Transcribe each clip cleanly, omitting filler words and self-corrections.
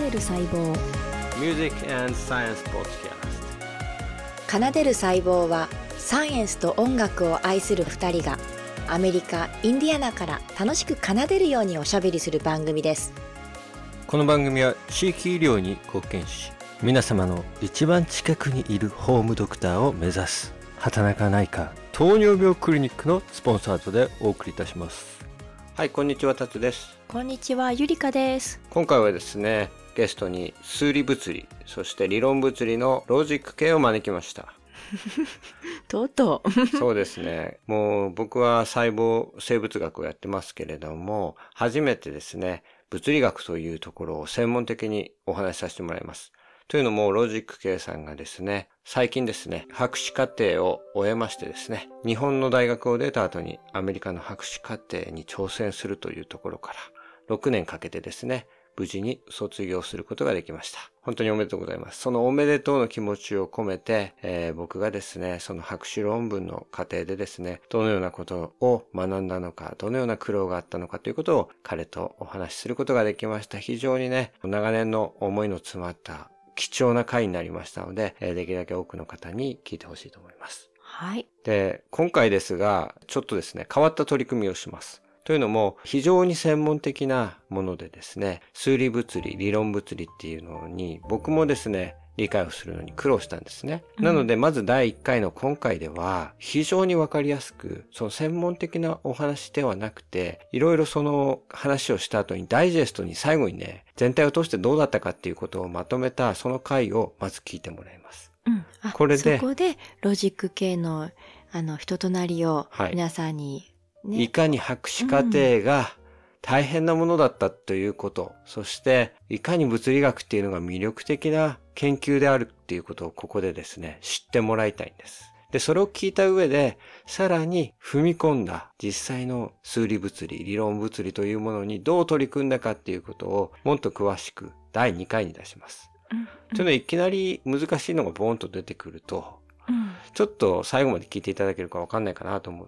でる細胞 Music and Science Podcast。 奏でる細胞はサイエンスと音楽を愛する2人がアメリカ・インディアナから楽しく奏でるようにおしゃべりする番組です。 この番組は地域医療に貢献し、皆様の一番近くにいるホームドクターを目指す畑中内科糖尿病クリニックのスポンサードでお送りいたします。はい、こんにちは、タツです。 こんにちは、ゆりかです。 今回はですね、ゲストに数理物理、そして理論物理のロジック系を招きました。 とうとうそうですね、もう僕は細胞生物学をやってますけれども、初めてですね、物理学というところを専門的にお話しさせてもらいます。というのも、ロジック系さんがですね、最近ですね、博士課程を終えましてですね、日本の大学を出た後にアメリカの博士課程に挑戦するというところから6年かけてですね、無事に卒業することができました。本当におめでとうございます。そのおめでとうの気持ちを込めて、僕がですね、その博士論文の過程でですね、どのようなことを学んだのか、どのような苦労があったのかということを彼とお話しすることができました。非常にね、長年の思いの詰まった貴重な回になりましたので、できるだけ多くの方に聞いてほしいと思います。 はい。 で、今回ですが、ちょっとですね、変わった取り組みをします。というのも、非常に専門的なものでですね、数理物理、理論物理っていうのに、僕もですね、理解をするのに苦労したんですね。なので、まず第1回の今回では、非常にわかりやすく、その専門的なお話ではなくて、いろいろその話をした後にダイジェストに最後にね、全体を通してどうだったかっていうことをまとめたその回をまず聞いてもらいます。 これでそこでロジック系の人となりを皆さんに、 いかに博士課程が大変なものだったということ、そしていかに物理学っていうのが魅力的な研究であるっていうことをここでですね、知ってもらいたいんです。で、それを聞いた上で、さらに踏み込んだ実際の数理物理、理論物理というものにどう取り組んだかっていうことをもっと詳しく第2回に出します。というのはいきなり難しいのがボーンと出てくると、ちょっと最後まで聞いていただけるかわかんないかなと思って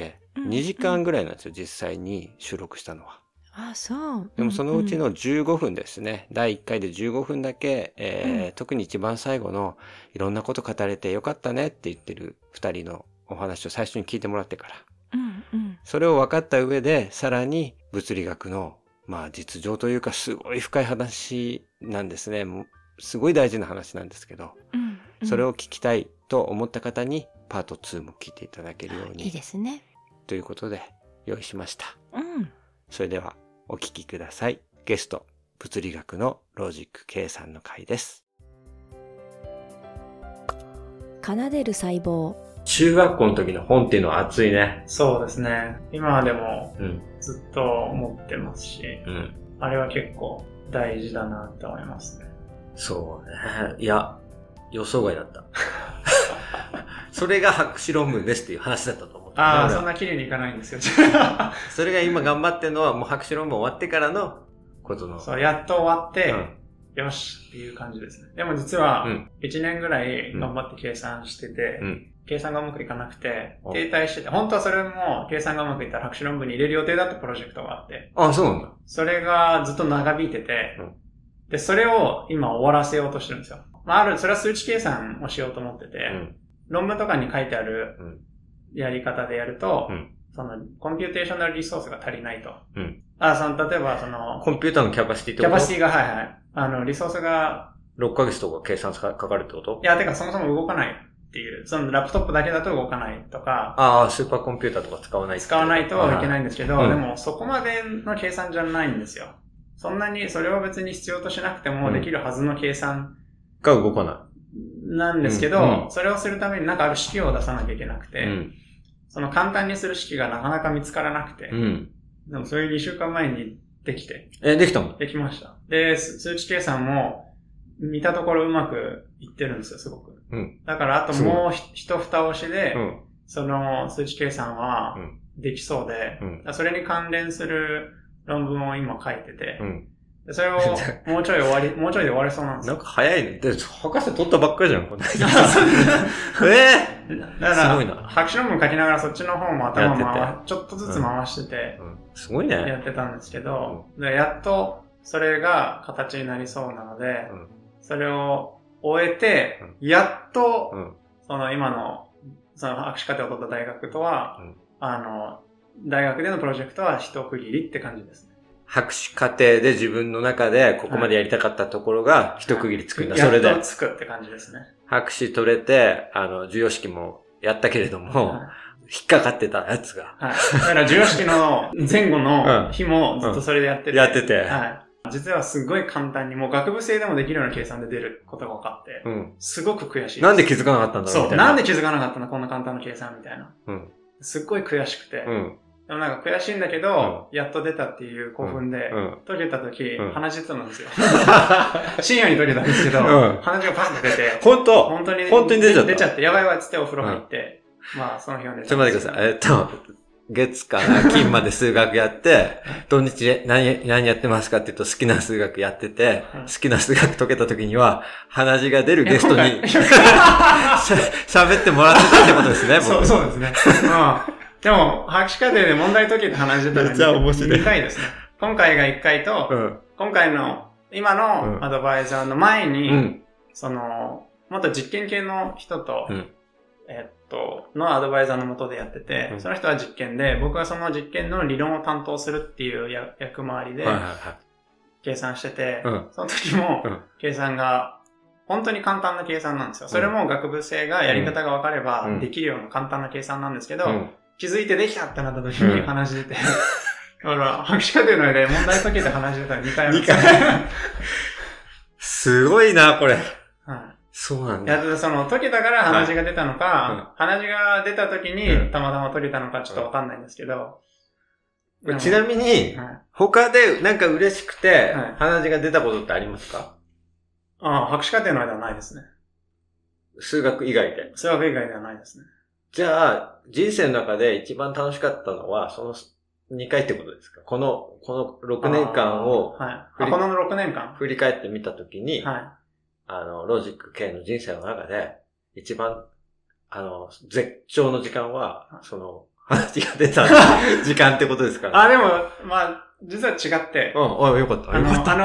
、2時間ぐらいなんですよ、実際に収録したのは。 あ、そう。 でもそのうちの15分ですね、第1回で15分だけ、特に一番最後のいろんなこと語れてよかったねって言ってる2人のお話を最初に聞いてもらってから、それを分かった上で、さらに物理学の実情というかすごい深い話なんですね。すごい大事な話なんですけど、それを聞きたいと思った方にパート2も聞いていただけるように。 いいですね。 ということで用意しました。それではお聞きください。ゲスト、物理学のロジック計算の回です。 奏でる細胞。 中学校の時の本っていうのは熱いね。 そうですね。今でもずっと持ってますし、あれは結構大事だなって思いますね。 そうね。いや、予想外だった。それが博士論文ですっていう話だったと思う。 ああ、そんな綺麗にいかないんですよ。 それが今頑張ってるのはもう博士論文終わってからのことの。 そう、やっと終わって、よしっていう感じですね。でも実は、1年ぐらい頑張って計算してて、計算がうまくいかなくて、停滞してて、本当はそれも計算がうまくいったら博士論文に入れる予定だったプロジェクトがあって。 あ、そうなんだ。 それがずっと長引いてて、で、それを今終わらせようとしてるんですよ。それは数値計算をしようと思ってて、論文とかに書いてあるやり方でやると、その、コンピューテーショナルリソースが足りないと。例えばコンピューターのキャパシティってこと？キャパシティが、はいはい。リソースが、 6ヶ月とか計算かかるってこと？ いや、てかそもそも動かないっていう、そのラップトップだけだと動かないとか。 ああ、スーパーコンピューターとか使わないといけないんですけど、でもそこまでの計算じゃないんですよ。そんなに、それは別に必要としなくてもできるはずの計算。 が動かない。 なんですけど、それをするためになんかある式を出さなきゃいけなくて、その簡単にする式がなかなか見つからなくて、でもそういう2週間前にできて。 できたの？ できました。で、数値計算も見たところうまくいってるんですよ、すごく。だからあともう一蓋押しで、その数値計算はできそうで、それに関連する論文を今書いてて、それをもうちょいで終わりそうなんですよ。 なんか早いね。で、博士取ったばっかりじゃん、こんな。だから、すごいな。博士論文書きながらそっちの方も頭ちょっとずつ回してて、 すごいね。 やってたんですけど、やっとそれが形になりそうなので、それを終えて、やっと、その今の、その博士課程を取った大学とは、大学でのプロジェクトは一区切りって感じですね。 博士課程で自分の中でここまでやりたかったところが一区切りつくんだ。それで。 やっとつくって感じですね。 博士取れて、授与式もやったけれども、引っかかってたやつが。 はい。だから授与式の前後の日もずっとそれでやってて。 やってて。 はい。実はすごい簡単に、もう学部生でもできるような計算で出ることが分かって、すごく悔しいです。 なんで気づかなかったんだろうみたいな。 そう、なんで気づかなかったのこんな簡単な計算みたいな。すっごい悔しくて。でもなんか悔しいんだけど、やっと出たっていう興奮で、解けた時、鼻血つむんですよ。深夜に解けたんですけど、鼻血がパンと出て、本当に出ちゃって、やばいわっつってお風呂入って、まあその日はね。 ちょっと待ってください。月から金まで数学やって、土日何やってますかって言うと好きな数学やってて、好きな数学解けた時には、鼻血が出るゲストに喋ってもらってたってことですね、僕。 そうですね。でも、博士課程で問題解けて話してたら2回ですね。今回が1回と、今回の、今のアドバイザーの前に、もっと実験系の人と、のアドバイザーの下でやってて、その人は実験で、僕はその実験の理論を担当するっていう役回りで、計算してて、その時も、計算が、本当に簡単な計算なんですよ。それも学部生がやり方が分かればできるような簡単な計算なんですけど、気づいてできたってなった時に話出て、だから博士課程の間で問題解けて話出たら2回あるんですよ。 すごいな、これ。そうなんだ。 いや、解けたから鼻血が出たのか、鼻血が出た時にたまたま解けたのかちょっとわかんないんですけど。 ちなみに、他でなんか嬉しくて、鼻血が出たことってありますか？ 博士課程の間はないですね。 数学以外で。 数学以外ではないですね。 じゃあ、人生の中で一番楽しかったのは、その2回ってことですか？この6年間を、 この6年間振り返ってみたときに、ロジック系の人生の中で、一番、絶頂の時間は、話が出た時間ってことですか？ でも、まあ、実は違って。 よかった。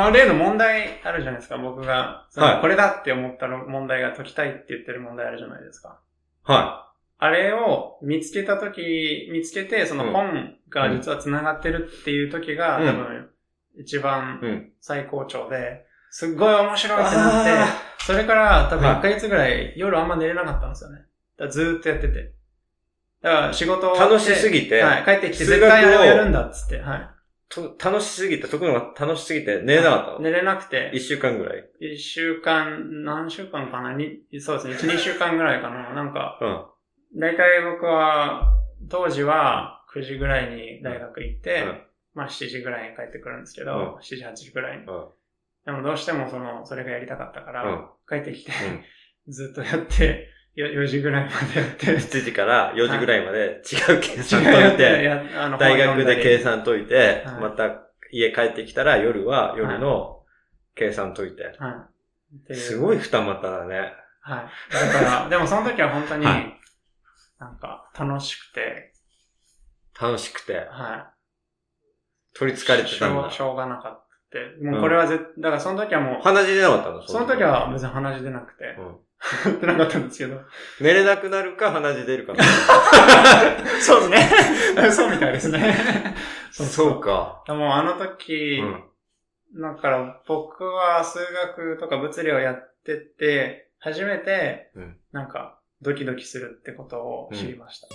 例の問題あるじゃないですか、僕が。これだって思った問題が解きたいって言ってる問題あるじゃないですか。あれを見つけて、その本が実は繋がってるっていう時が、多分、一番最高潮で、すっごい面白いってなって、それから多分1ヶ月ぐらい夜あんま寝れなかったんですよね。だからずーっとやってて。だから仕事を楽しすぎて、 帰ってきて絶対あれをやるんだっつって、 楽しすぎて、解くのが楽しすぎて寝れなかったの？ 寝れなくて。 1週間ぐらい？ 1週間、何週間かな？そうですね、1、2週間ぐらいかな。なんか、だいたい僕は、当時は9時ぐらいに大学行って、まあ7時ぐらいに帰ってくるんですけど、7時、8時ぐらいに。でもどうしてもそれがやりたかったから、帰ってきて、ずっとやって、4時ぐらいまでやって。 7時から4時ぐらいまで違う計算解いて、大学で計算解いて、また家帰ってきたら夜は夜の計算解いて。すごい二股だね。 だから、でもその時は本当に、なんか楽しくて。 取り憑かれてたんだ。 しょうがなかった。もうこれはだからその時はもう。 鼻血出なかったの？ その時は別に鼻血出なくて。出なかったんですけど。 寝れなくなるか鼻血出るか。 そうですね。そうみたいですね。 そうか。 でも時、だから僕は数学とか物理をやってて、初めて、なんかドキドキするってことを知りました。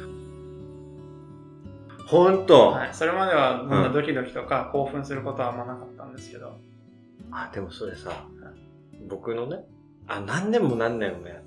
本当？ それまではそんなドキドキとか興奮することはあんまなかったんですけど。 でもそれさ、僕のね、何年も何年もやって、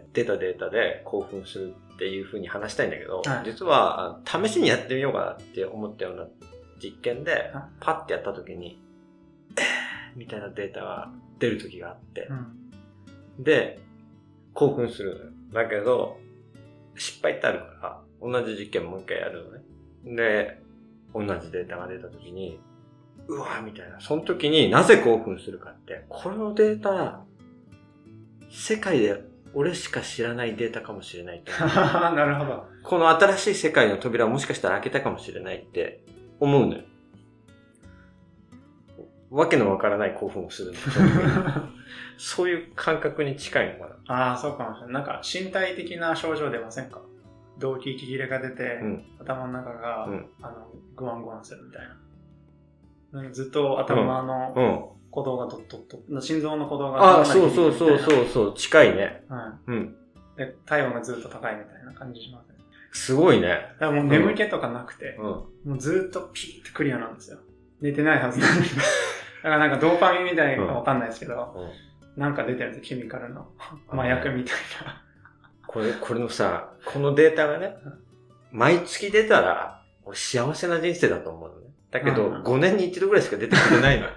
出たデータで興奮するっていう風に話したいんだけど、実は、試しにやってみようかなって思ったような実験で、パッてやった時に、みたいなデータが出る時があって、で、興奮するのよ。だけど、失敗ってあるから、同じ実験もう一回やるのね。で、同じデータが出た時に、うわみたいな。その時になぜ興奮するかって、このデータ、世界で俺しか知らないデータかもしれないって。 なるほど。 この新しい世界の扉をもしかしたら開けたかもしれないって思うのよ。 わけのわからない興奮をするんだそういう感覚に近いのかな。 ああ、そうかもしれない。なんか身体的な症状出ませんか？動悸、息切れが出て、頭の中が、グワングワンするみたいな。なんかずっと頭の鼓動がドッドッド、心臓の鼓動が。 あ、そう、近いね。 で、体温がずっと高いみたいな感じしますね。 すごいね。 だからもう眠気とかなくて、もうずっとピーッとクリアなんですよ。寝てないはずなんで。だからなんかドーパミンみたいなのかわかんないですけど、なんか出てるんですよ、ケミカルの麻薬みたいな。 これのさ、このデータがね、毎月出たら、俺幸せな人生だと思うのね。だけど、5年に一度ぐらいしか出てくれないの。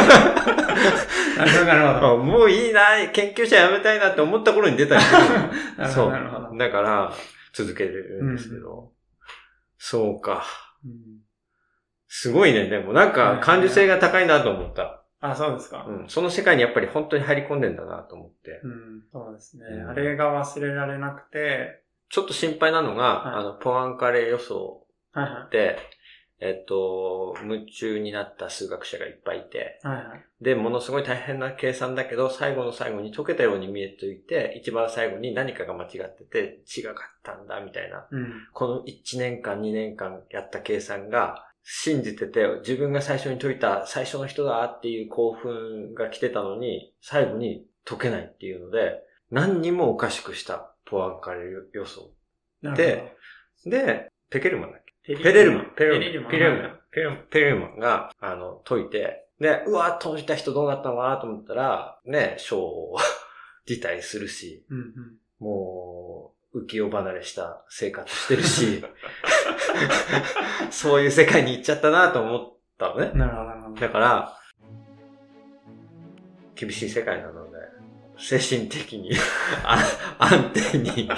なるほど。 もういいな、研究者辞めたいなって思った頃に出たりする。そう。だから、続けるんですけど。そうか。すごいね。でもなんか感受性が高いなと思った。 あ、そうですか。 その世界にやっぱり本当に入り込んでんだなと思って。 そうですね。あれが忘れられなくて。 ちょっと心配なのが、ポアンカレ予想で、夢中になった数学者がいっぱいいて、で、ものすごい大変な計算だけど、最後の最後に解けたように見えていて、一番最後に何かが間違ってて、違かったんだ、みたいな。この1年間、2年間やった計算が、信じてて、自分が最初に解いた最初の人だっていう興奮が来てたのに、最後に解けないっていうので、何にもおかしくしたポアンカレ予想。で、ペケルマンだっけ？ペレルマンが、解いて、で、うわ、解いた人どうなったのかなと思ったら、ね、賞を辞退するし、もう、浮世離れした生活してるし、そういう世界に行っちゃったなと思ったのね。 なるほど。 だから、厳しい世界なので、精神的に安定に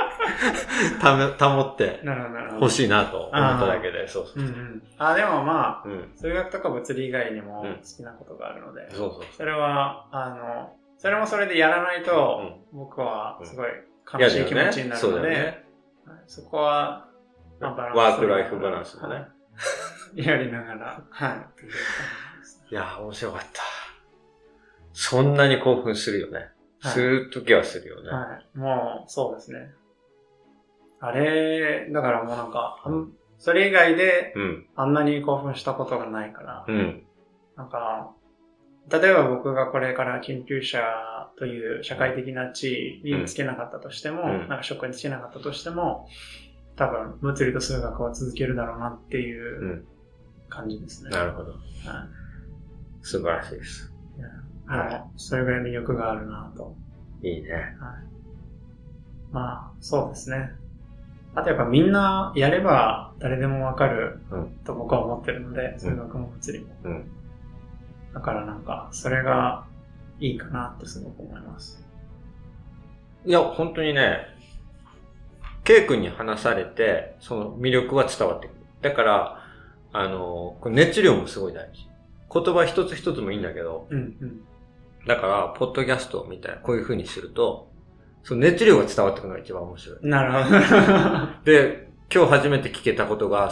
保ってほしいなと思っただけで、そう。でもまあ、数学とか物理以外にも好きなことがあるので、それは、それもそれでやらないと、僕はすごい悲しい気持ちになるので、そこは、 ワークライフバランスだね。 やりながら、 いや、面白かった。そんなに興奮するよね。するときはするよね。 もう、そうですね。あれ、だからもうなんか、それ以外で、あんなに興奮したことがないから、なんか、例えば僕がこれから研究者という社会的な地位につけなかったとしても、なんか職につけなかったとしても、多分、物理と数学は続けるだろうなっていう感じですね。 なるほど。素晴らしいです。 それぐらいの魅力があるなと。 いいね。 まあ、そうですね。あとやっぱみんなやれば誰でもわかると僕は思ってるので、数学も物理も。だからなんか、それがいいかなってすごく思います。 いや、本当にね、K 君に話されて、その魅力は伝わってくる。だから、熱量もすごい大事。言葉一つ一つもいいんだけど、だから、ポッドキャストみたいな、こういう風にすると、その熱量が伝わってくるのが一番面白い。 なるほど。 で、今日初めて聞けたことが、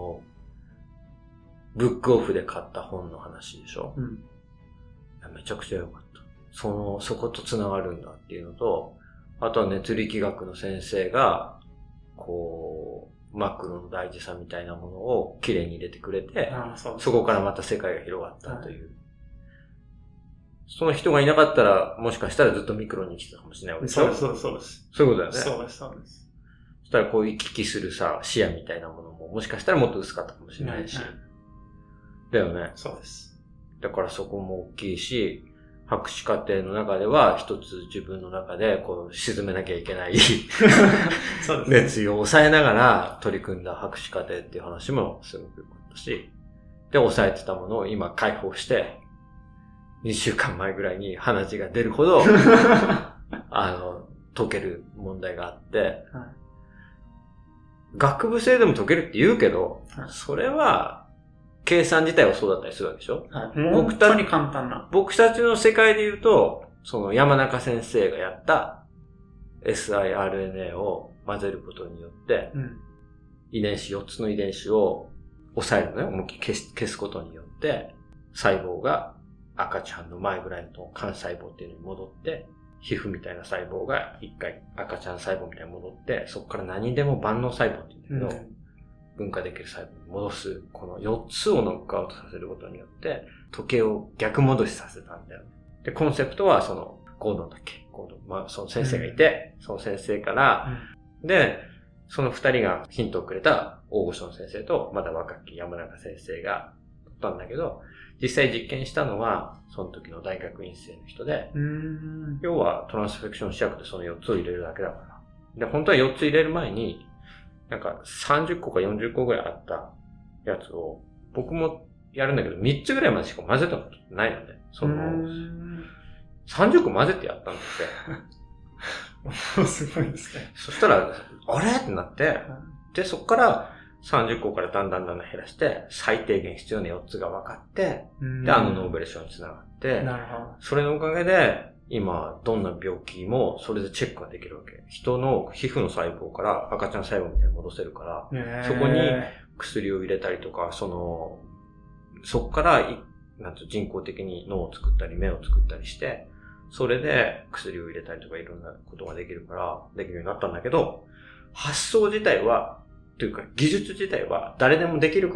ブックオフで買った本の話でしょ。めちゃくちゃ良かった。そこと繋がるんだっていうのと、あとは熱力学の先生が、マクロの大事さみたいなものをきれいに入れてくれて、そこからまた世界が広がったという。その人がいなかったら、もしかしたらずっとミクロに来てたかもしれないわけですよ。 そうです。 そういうことだよね。 そうです。そしたらこういう行き来するさ、視野みたいなものも、もしかしたらもっと薄かったかもしれないし。だよね。 そうです。 だからそこも大きいし、博士課程の中では一つ自分の中で沈めなきゃいけない熱意を抑えながら取り組んだ博士課程っていう話もすごく良かったし、で、抑えてたものを今解放して、2週間前ぐらいに鼻血が出るほど、解ける問題があって、学部生でも解けるって言うけど、それは、計算自体はそうだったりするわけでしょ。 本当に簡単な。 僕たちの世界で言うと、山中先生がやった siRNA を混ぜることによって、4つの遺伝子を抑えるのね、思いっきり消すことによって、 細胞が赤ちゃんの前ぐらいの幹細胞っていうのに戻って、皮膚みたいな細胞が一回赤ちゃん細胞みたいに戻って、そこから何でも万能細胞って言うんだけど、分化できる細胞に戻す、この4つをノックアウトさせることによって、時計を逆戻しさせたんだよね。で、コンセプトはゴードンだっけ？まあ、その先生がいて、その先生から、で、その2人がヒントをくれた大御所の先生と、まだ若き山中先生が取ったんだけど、実際実験したのは、その時の大学院生の人で、要はトランスフェクション試薬でその4つを入れるだけだから。で、本当は4つ入れる前に、なんか30個か40個ぐらいあったやつを、僕もやるんだけど、3つぐらいまでしか混ぜたことないので、30個混ぜてやったんですよ。すごいですね。 そしたら、あれってなって、で、そこから30個からだんだん減らして、最低限必要な4つが分かって、で、ノーベル賞につながって、 なるほど。 それのおかげで、今、どんな病気もそれでチェックができるわけ。人の皮膚の細胞から赤ちゃん細胞みたいに戻せるから、そこに薬を入れたりとか、そこからなんと人工的に脳を作ったり目を作ったりして、それで薬を入れたりとかいろんなことができるから、できるようになったんだけど、発想自体は、というか技術自体は誰でもできるから、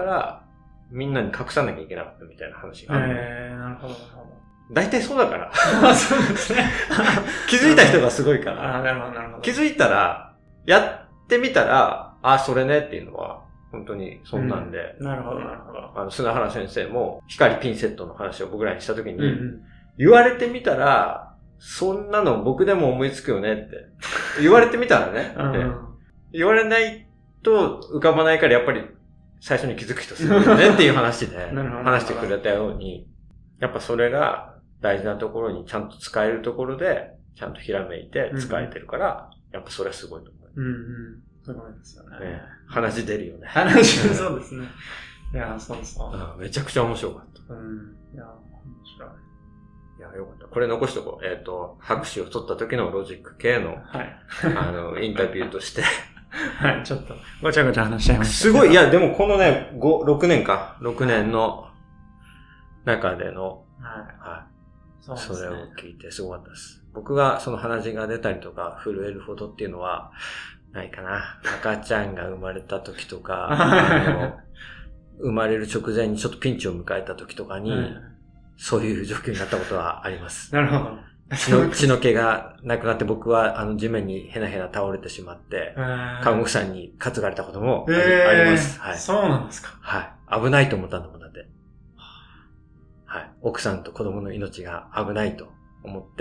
みんなに隠さなきゃいけなかったみたいな話がある。 なるほど、なるほど。 大体そうだから。 そうですね。 気づいた人がすごいから。 なるほど、なるほど。 気づいたら、やってみたら、それねっていうのは、本当にそんなんで。 なるほど、なるほど。 砂原先生も、光ピンセットの話を僕らにしたときに、言われてみたら、そんなの僕でも思いつくよねって。言われてみたらね。言われないと浮かばないから、やっぱり最初に気づく人すごいよねっていう話で、話してくれたように、やっぱそれが大事なところにちゃんと使えるところで、ちゃんとひらめいて使えてるから、やっぱそれはすごいと思う。 すごいですよね。 話出るよね。 そうですね。いや、そうそう。 めちゃくちゃ面白かった。 いや、面白い。 いや、よかった。これ残しとこう。拍手を取った時のロジック系の、インタビューとして。 はい、ちょっと、ごちゃごちゃ話しちゃいました。 すごい、いや、でもこのね、6年の中での、それを聞いてすごかったです。僕がその鼻血が出たりとか震えるほどっていうのは、ないかな。赤ちゃんが生まれた時とか、生まれる直前にちょっとピンチを迎えた時とかに、そういう状況になったことはあります。 なるほど。 血の気がなくなって僕は地面にヘナヘナ倒れてしまって、看護婦さんに担がれたこともあります。はい。 そうなんですか。 はい。危ないと思ったんだもんだって。はい。奥さんと子供の命が危ないと思って、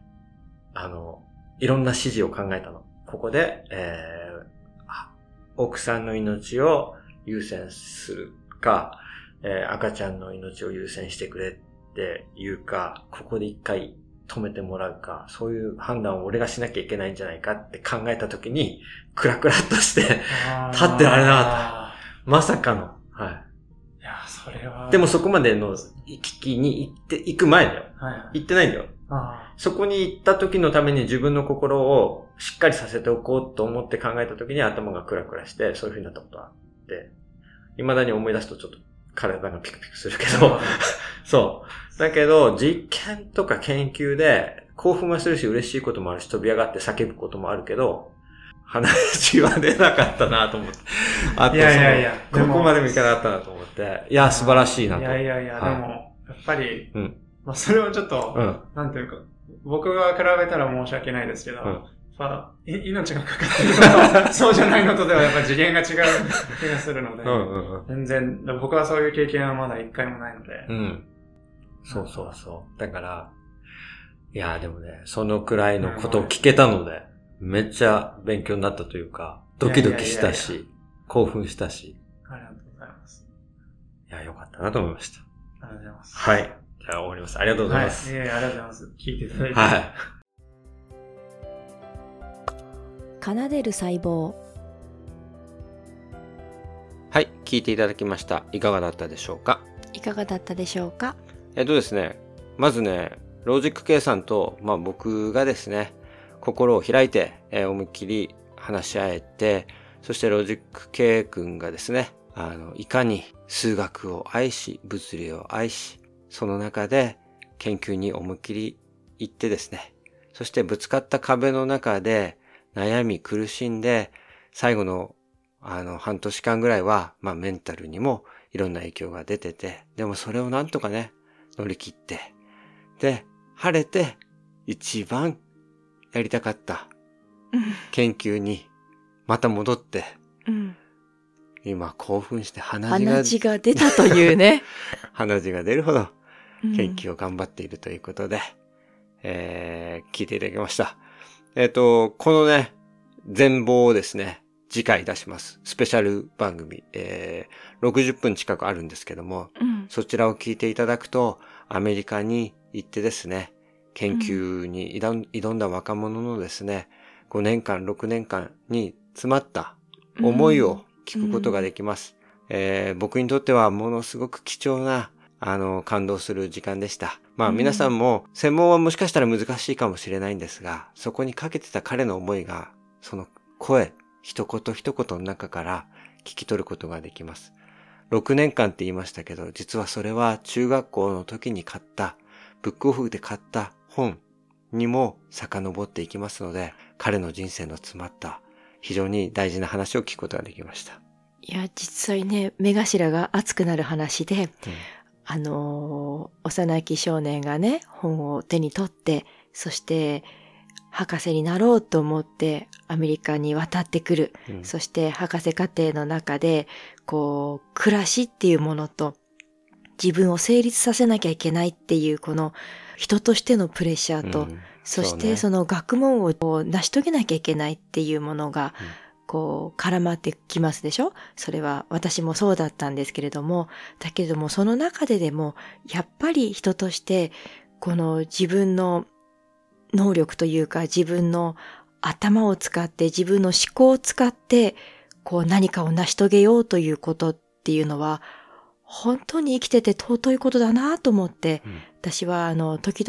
いろんな指示を考えたの。ここで、奥さんの命を優先するか、赤ちゃんの命を優先してくれっていうか、ここで一回止めてもらうか、そういう判断を俺がしなきゃいけないんじゃないかって考えたときに、クラクラっとして立ってられなかった。まさかの。はい。 いや、それは。 でもそこまでの危機に行く前だよ。行ってないんだよ。そこに行った時のために自分の心をしっかりさせておこうと思って考えた時に頭がクラクラして、そういう風になったことがあって、未だに思い出すとちょっと体がピクピクするけど、そう。だけど、実験とか研究で興奮はするし嬉しいこともあるし飛び上がって叫ぶこともあるけど、話は出なかったなと思って。あとここまでもいかなかったなと思って。いや、素晴らしいなと。 でも、やっぱり、それをちょっと、なんていうか、僕が比べたら申し訳ないですけど、命がかかってるのと、そうじゃないのとではやっぱ次元が違う気がするので、全然、僕はそういう経験はまだ一回もないので。 そう。だから、いや、でもね、そのくらいのことを聞けたので、めっちゃ勉強になったというか、ドキドキしたし、興奮したし。 ありがとうございます。 いや、よかったなと思いました。 ありがとうございます。 はい。じゃあ終わります。ありがとうございます。 ありがとうございます。聞いていただいて。 はい。 奏でる細胞。 はい、聞いていただきました。いかがだったでしょうか？ いかがだったでしょうか？ ですね、まずね、ロジック計算と、僕がですね、心を開いて、思いっきり話し合えて、そしてロジック K 君がですね、 いかに数学を愛し、物理を愛し、その中で研究に思いっきり行ってですね、そしてぶつかった壁の中で悩み苦しんで、最後の半年間ぐらいは、メンタルにもいろんな影響が出てて、でもそれをなんとかね、乗り切って、で、晴れて一番やりたかった研究にまた戻って、今興奮して鼻血が出たというね。 鼻血が出るほど研究を頑張っているということで、聞いていただきました。このね、全貌をですね、次回出します。スペシャル番組、60分近くあるんですけども、そちらを聞いていただくと、アメリカに行ってですね、研究に挑んだ若者のですね、5年間、6年間に詰まった思いを聞くことができます。僕にとってはものすごく貴重な、感動する時間でした。皆さんも、専門はもしかしたら難しいかもしれないんですが、そこにかけてた彼の思いが、その声、一言一言の中から聞き取ることができます。6年間って言いましたけど、実はそれは中学校の時に買った、ブックオフで買った本にも遡っていきますので、彼の人生の詰まった非常に大事な話を聞くことができました。 いや、実際ね、目頭が熱くなる話で、幼き少年がね、本を手に取って、そして博士になろうと思ってアメリカに渡ってくる。そして博士課程の中で、暮らしっていうものと自分を成立させなきゃいけないっていうこの人としてのプレッシャーと、そしてその学問を成し遂げなきゃいけないっていうものが、絡まってきますでしょ？それは私もそうだったんですけれども、だけれどもその中でも、やっぱり人として、この自分の能力というか、自分の頭を使って、自分の思考を使って、何かを成し遂げようということっていうのは、本当に生きてて尊いことだなと思って、私は時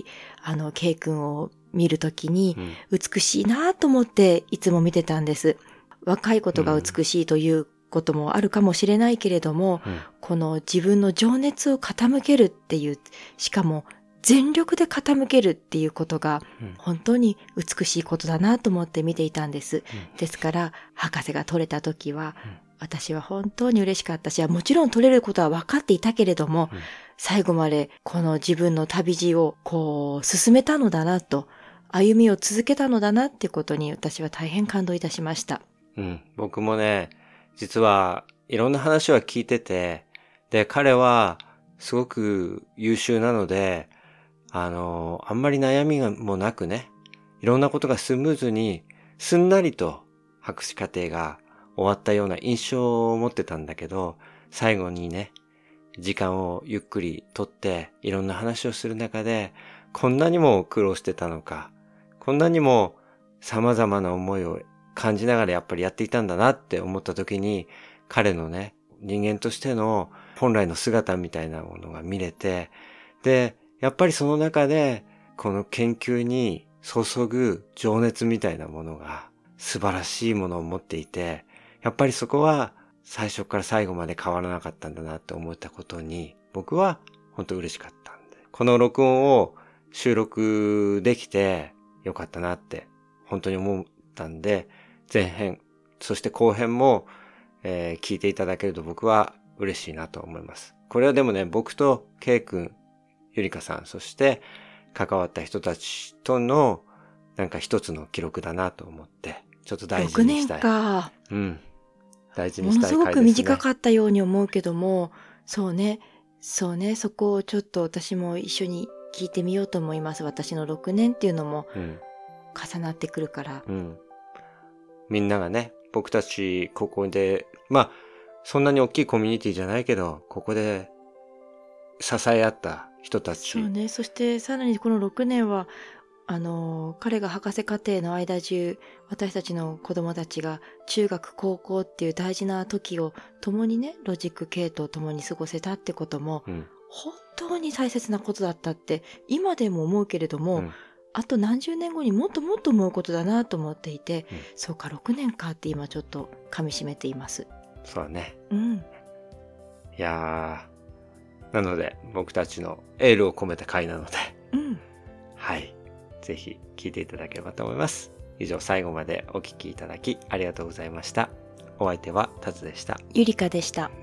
々、K 君を見るときに、美しいなと思っていつも見てたんです。若いことが美しいということもあるかもしれないけれども、この自分の情熱を傾けるっていう、しかも全力で傾けるっていうことが、本当に美しいことだなと思って見ていたんです。ですから、博士が取れたときは、私は本当に嬉しかったし、もちろん取れることは分かっていたけれども、最後までこの自分の旅路を進めたのだなと、歩みを続けたのだなっていうことに私は大変感動いたしました。 僕もね、実はいろんな話は聞いてて、で、彼はすごく優秀なので、あんまり悩みもなくね、いろんなことがスムーズに、すんなりと博士課程が終わったような印象を持ってたんだけど、最後にね、時間をゆっくりとっていろんな話をする中で、こんなにも苦労してたのか、こんなにも様々な思いを感じながらやっぱりやっていたんだなって思った時に、彼のね、人間としての本来の姿みたいなものが見れて、で、やっぱりその中でこの研究に注ぐ情熱みたいなものが素晴らしいものを持っていて、やっぱりそこは最初から最後まで変わらなかったんだなって思ったことに、僕は本当嬉しかったんで、この録音を収録できてよかったなって本当に思ったんで、前編、そして後編も、聞いていただけると僕は嬉しいなと思います。これはでもね、僕と K 君、ゆりかさん、そして関わった人たちとのなんか一つの記録だなと思って、ちょっと大事にしたい。 6年か。 大事にしたい回ですね。 ものすごく短かったように思うけども、そうね、そこをちょっと私も一緒に聞いてみようと思います。私の6年っていうのも重なってくるから。 みんながね、僕たちここで、そんなに大きいコミュニティじゃないけど、ここで支え合った人たち。 そうね。そしてさらにこの6年は、彼が博士課程の間中、私たちの子供たちが中学高校っていう大事な時を共にね、ロジック系と共に過ごせたってことも、本当に大切なことだったって今でも思うけれども、あと何十年後にもっともっと思うことだなと思っていて、そうか6年かって今ちょっと噛み締めています。 そうね。 うん。 いやー、なので僕たちのエールを込めた回なので、 うん。 はい。ぜひ聞いていただければと思います。以上、最後までお聞きいただきありがとうございました。お相手はタツでした。 ゆりかでした。